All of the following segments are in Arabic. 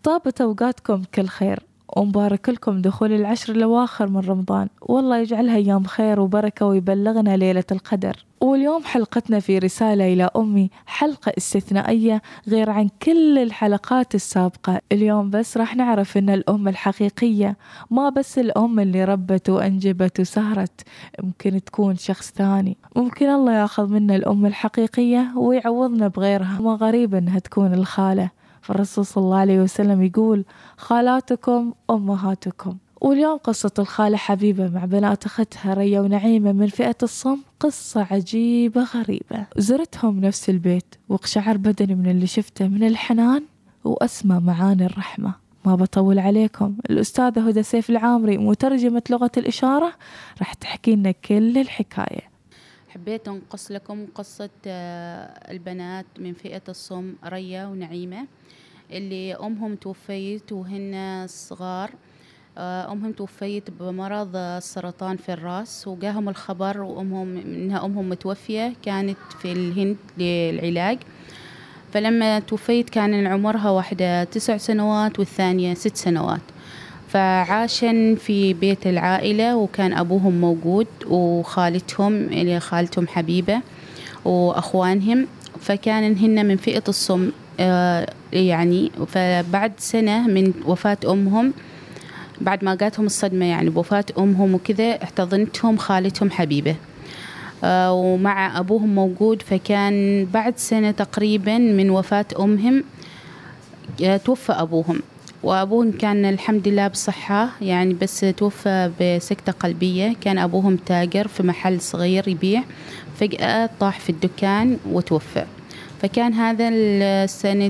طابت أوقاتكم كل خير، ومبارك لكم دخول العشر الأواخر من رمضان، والله يجعلها أيام خير وبركة ويبلغنا ليلة القدر. واليوم حلقتنا في رسالة إلى أمي، حلقة استثنائية غير عن كل الحلقات السابقة. اليوم بس راح نعرف إن الأم الحقيقية ما بس الأم اللي ربت وأنجبت وسهرت، ممكن تكون شخص ثاني، ممكن الله ياخذ منا الأم الحقيقية ويعوضنا بغيرها. ما غريب إنها تكون الخالة، فالرسول صلى الله عليه وسلم يقول خالاتكم أمهاتكم. واليوم قصة الخالة حبيبة مع بنات أختها ريا ونعيمة من فئة الصم، قصة عجيبة غريبة. زرتهم نفس البيت وقشعر بدني من اللي شفته من الحنان وأسمى معاني الرحمة. ما بطول عليكم، الأستاذة هدى سيف العامري مترجمة لغة الإشارة راح تحكي لنا كل الحكاية. حبيت أنقص لكم قصة البنات من فئة الصم ريا ونعيمة اللي أمهم توفيت وهن صغار. أمهم توفيت بمرض السرطان في الرأس، وجاهم الخبر وأمهم إنها أمهم متوفية، كانت في الهند للعلاج. فلما توفيت كان عمرها واحدة 9 سنوات والثانية 6 سنوات. فعاشن في بيت العائلة، وكان أبوهم موجود وخالتهم اللي خالتهم حبيبة وأخوانهم، فكان هن من فئة الصم يعني. فبعد سنة من وفاة أمهم، بعد ما جاتهم الصدمة يعني بوفاة أمهم وكذا، احتضنتهم خالتهم حبيبة ومع أبوهم موجود. فكان بعد سنة تقريبا من وفاة أمهم توفى أبوهم، وأبوهم كان الحمد لله بصحة يعني، بس توفى بسكتة قلبية. كان أبوهم تاجر في محل صغير يبيع، فجأة طاح في الدكان وتوفى. فكان هذا سنة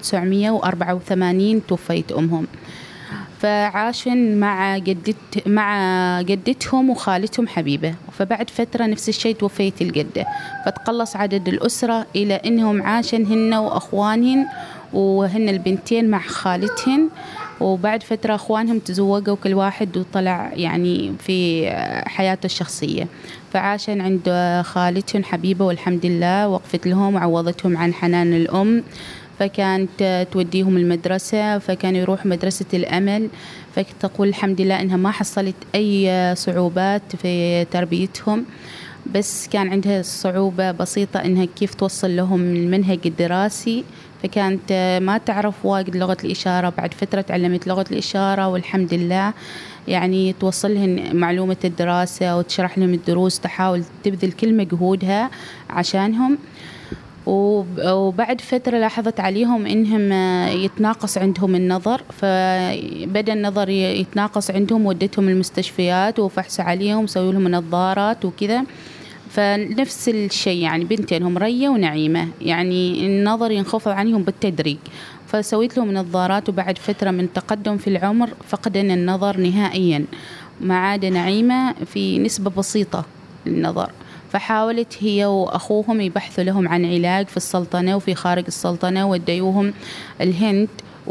1984 توفيت أمهم. فعاشن مع جدتهم وخالتهم حبيبة. فبعد فترة نفس الشيء توفيت الجدة، فتقلص عدد الأسرة إلى أنهم عاشن هن وأخوانهن وهن البنتين مع خالتهن. وبعد فترة أخوانهم تزوجوا كل واحد وطلع يعني في حياته الشخصية. فعاشن عند خالتهن حبيبة، والحمد لله وقفت لهم وعوضتهم عن حنان الأم. فكانت توديهم المدرسة، فكان يروح مدرسة الأمل. فتقول الحمد لله إنها ما حصلت أي صعوبات في تربيتهم، بس كان عندها صعوبة بسيطة إنها كيف توصل لهم المنهج الدراسي. فكانت ما تعرف واجد لغة الإشارة. بعد فترة تعلمت لغة الإشارة، والحمد لله يعني توصل لهم معلومة الدراسة وتشرح لهم الدروس، تحاول تبذل كل مجهودها عشانهم. وبعد فترة لاحظت عليهم إنهم يتناقص عندهم النظر، فبدأ النظر يتناقص عندهم، ودتهم المستشفيات وفحصوا عليهم، سووا لهم نظارات وكذا. فنفس الشيء يعني بنتينهم ريا ونعيمة يعني النظر ينخفض عنهم بالتدريج. فسويت لهم نظارات، وبعد فترة من تقدم في العمر فقدنا النظر نهائيا، ما عاد نعيمة في نسبة بسيطة للنظر. فحاولت هي وأخوهم يبحثوا لهم عن علاج في السلطنة وفي خارج السلطنة، وديوهم الهند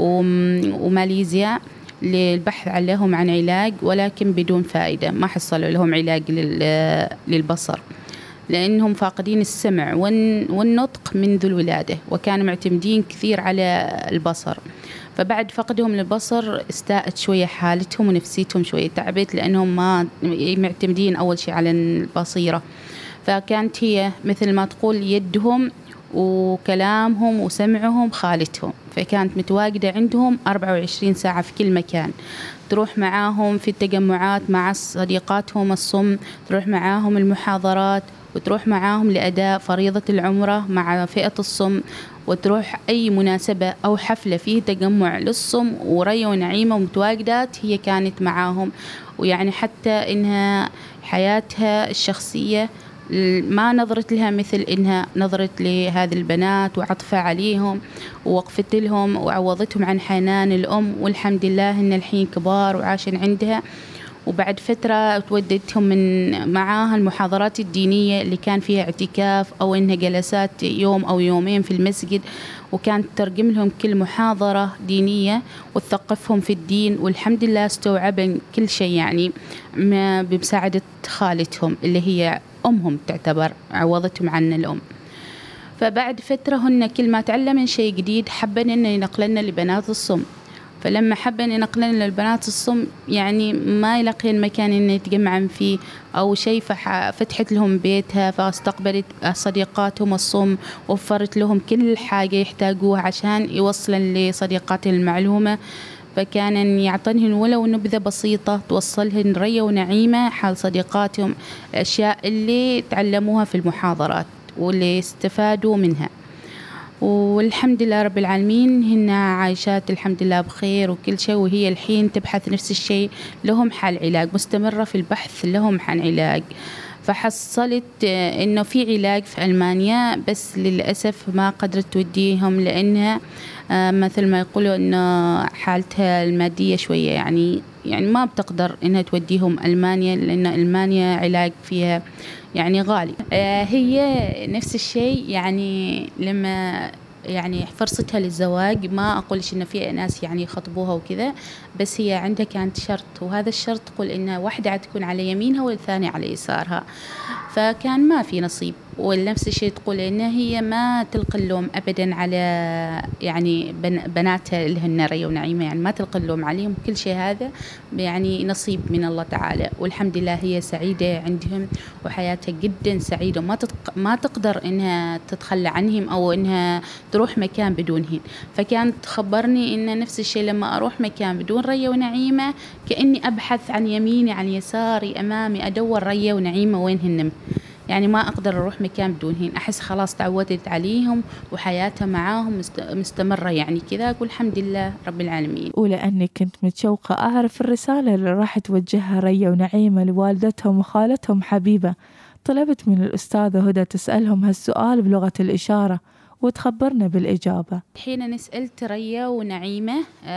وماليزيا للبحث عليهم عن علاج، ولكن بدون فائدة. ما حصلوا لهم علاج للبصر، لأنهم فاقدين السمع والنطق منذ الولادة، وكانوا معتمدين كثير على البصر. فبعد فقدهم للبصر استاءت شوية حالتهم ونفسيتهم شوية تعبت، لأنهم ما معتمدين أول شيء على البصيرة. فكانت هي مثل ما تقول يدهم وكلامهم وسمعهم خالتهم، فكانت متواجدة عندهم 24 ساعة في كل مكان. تروح معاهم في التجمعات مع صديقاتهم الصم، تروح معاهم المحاضرات، وتروح معاهم لأداء فريضة العمرة مع فئة الصم، وتروح أي مناسبة أو حفلة فيه تجمع للصم. وريا ونعيمة متواجدات هي كانت معاهم. ويعني حتى إنها حياتها الشخصية ما نظرت لها مثل إنها نظرت لهذه البنات وعطفة عليهم ووقفت لهم وعوضتهم عن حنان الأم. والحمد لله إن الحين كبار وعاشن عندها. وبعد فترة توددتهم من معاها المحاضرات الدينية اللي كان فيها اعتكاف أو إنها جلسات يوم أو يومين في المسجد، وكانت ترجم لهم كل محاضرة دينية وتثقفهم في الدين. والحمد لله استوعبن كل شيء يعني بمساعدة خالتهم اللي هي أمهم تعتبر، عوضتهم عن الأم. فبعد فترة هن كل ما تعلمن شيء جديد حبن إنه ينقلن لبنات الصم. فلما حب أن ينقلن للبنات الصم يعني ما يلاقين مكان إن يتجمعن فيه أو شيء، فتحت لهم بيتها، فاستقبلت صديقاتهم الصم، وفرت لهم كل حاجة يحتاجوها عشان يوصلن لصديقاتهم المعلومة. فكان يعطنهن ولو نبذة بسيطة توصلهن ريا ونعيمة حال صديقاتهم، الأشياء اللي تعلموها في المحاضرات واللي استفادوا منها. والحمد لله رب العالمين هن عايشات الحمد لله بخير وكل شيء، وهي الحين تبحث نفس الشيء لهم حل علاج، مستمرة في البحث لهم حل علاج. فحصلت إنه في علاج في ألمانيا، بس للأسف ما قدرت توديهم لأنها مثل ما يقولوا إنه حالتها المادية شوية يعني ما بتقدر إنها توديهم ألمانيا، لأن ألمانيا علاج فيها يعني غالي. هي نفس الشيء يعني لما يعني فرصتها للزواج، ما أقولش إن في ناس يعني يخطبوها وكذا، بس هي عندها كانت شرط، وهذا الشرط تقول إن واحدة تكون على يمينها والثانية على يسارها، فكان ما في نصيب. ونفس الشيء تقول إن هي ما تلقي اللوم أبدا على يعني بناتها اللي هن ريا ونعيمة، يعني ما تلقي اللوم عليهم، كل شيء هذا يعني نصيب من الله تعالى. والحمد لله هي سعيدة عندهم وحياتها جدا سعيدة، ما تقدر إنها تتخلى عنهم أو إنها تروح مكان بدونهن. فكانت تخبرني إن نفس الشيء لما أروح مكان بدون ريا ونعيمة كأني أبحث عن يميني عن يساري أمامي، أدور ريا ونعيمة وينهن، يعني ما أقدر أروح مكان بدونهن، أحس خلاص تعودت عليهم وحياتها معاهم مستمرة يعني كذا. أقول الحمد لله رب العالمين. ولأني كنت متشوقة أعرف الرسالة اللي راح توجهها ريا ونعيمة لوالدتهم وخالتهم حبيبة، طلبت من الأستاذة هدى تسألهم هالسؤال بلغة الإشارة وتخبرنا بالإجابة. حين نسألت ريا ونعيمة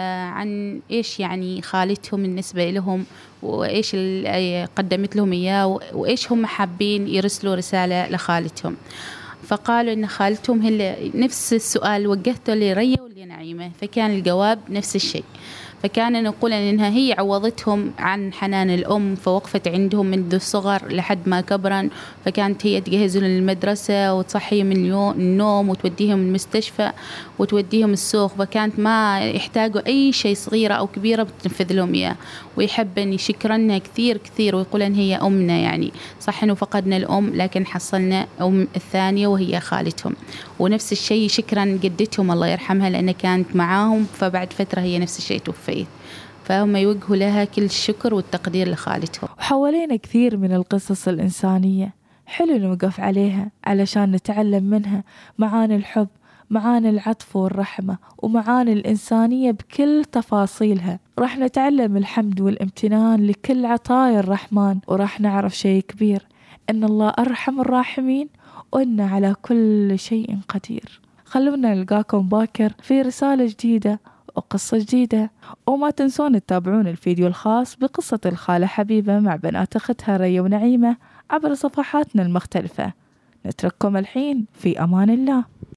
عن إيش يعني خالتهم بالنسبة لهم، وإيش اللي قدمت لهم إياه، وإيش هم حابين يرسلوا رسالة لخالتهم. فقالوا إن خالتهم هي نفس السؤال وجهته لريا ولنعيمة، فكان الجواب نفس الشيء. فكان نقول إنها هي عوضتهم عن حنان الأم، فوقفت عندهم منذ الصغر لحد ما كبرن، فكانت هي تجهزهم للمدرسة وتصحيهم من النوم وتوديهم المستشفى وتوديهم السوق، فكانت ما يحتاجوا أي شيء صغيرة أو كبيرة بتنفذ لهم إياه. ويحب أن يشكرنا كثير كثير ويقول أن هي أمنا، يعني صح إنه فقدنا الأم لكن حصلنا أم الثانية وهي خالتهم. ونفس الشيء شكرا جدتهم الله يرحمها لأن كانت معاهم، فبعد فترة هي نفس الشيء توفيت، فهم يوجهوا لها كل الشكر والتقدير لخالتهم. وحوالينا كثير من القصص الإنسانية، حلو نوقف عليها علشان نتعلم منها معاني الحب، معاني العطف والرحمة، ومعاني الإنسانية بكل تفاصيلها. راح نتعلم الحمد والامتنان لكل عطايا الرحمن، وراح نعرف شيء كبير، إن الله أرحم الراحمين وإن على كل شيء قدير. خلونا نلقاكم باكر في رسالة جديدة وقصة جديدة، وما تنسون تتابعون الفيديو الخاص بقصة الخالة حبيبة مع بنات أختها ريا ونعيمة عبر صفحاتنا المختلفة. نترككم الحين في أمان الله.